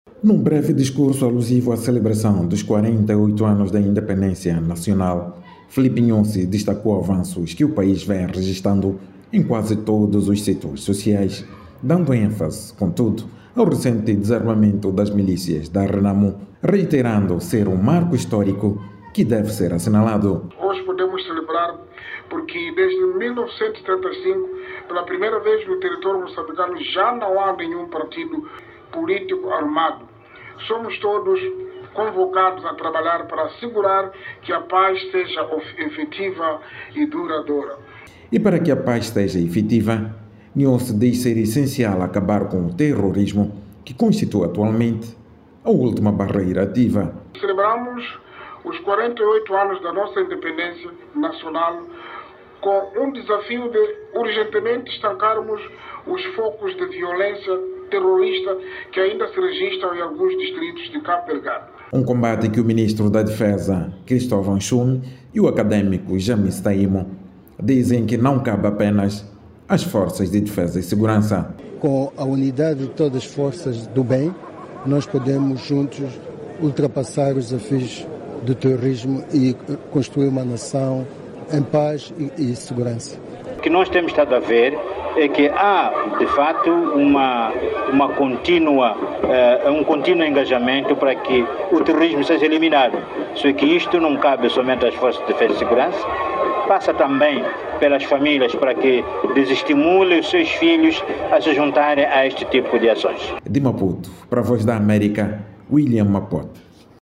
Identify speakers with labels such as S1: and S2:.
S1: Num breve discurso alusivo à celebração dos 48 anos da independência nacional, Filipe Nyusi destacou avanços que o país vem registrando em quase todos os setores sociais, dando ênfase, contudo, ao recente desarmamento das milícias da Renamo, reiterando ser um marco histórico que deve ser assinalado.
S2: Hoje podemos celebrar porque desde 1975, pela primeira vez no território moçambicano, já não há nenhum partido político armado. Somos todos convocados a trabalhar para assegurar que a paz seja efetiva e duradoura.
S1: E para que a paz seja efetiva, Nyusi diz ser essencial acabar com o terrorismo que constitui atualmente a última barreira ativa.
S2: Celebramos os 48 anos da nossa independência nacional com um desafio de urgentemente estancarmos os focos de violência terrorista que ainda se registram em alguns distritos de Cabo Delgado.
S1: Um combate que o ministro da Defesa, Cristóvão Chum, e o acadêmico James Taimo dizem que não cabe apenas às forças de defesa e segurança.
S3: Com a unidade de todas as forças do bem, nós podemos juntos ultrapassar os desafios do terrorismo e construir uma nação em paz e segurança.
S4: O que nós temos estado a ver é que há, de fato, um contínuo engajamento para que o terrorismo seja eliminado. Só que isto não cabe somente às forças de defesa e segurança, passa também pelas famílias para que desestimulem os seus filhos a se juntarem a este tipo de ações.
S1: De Maputo, para a Voz da América, William Mapote.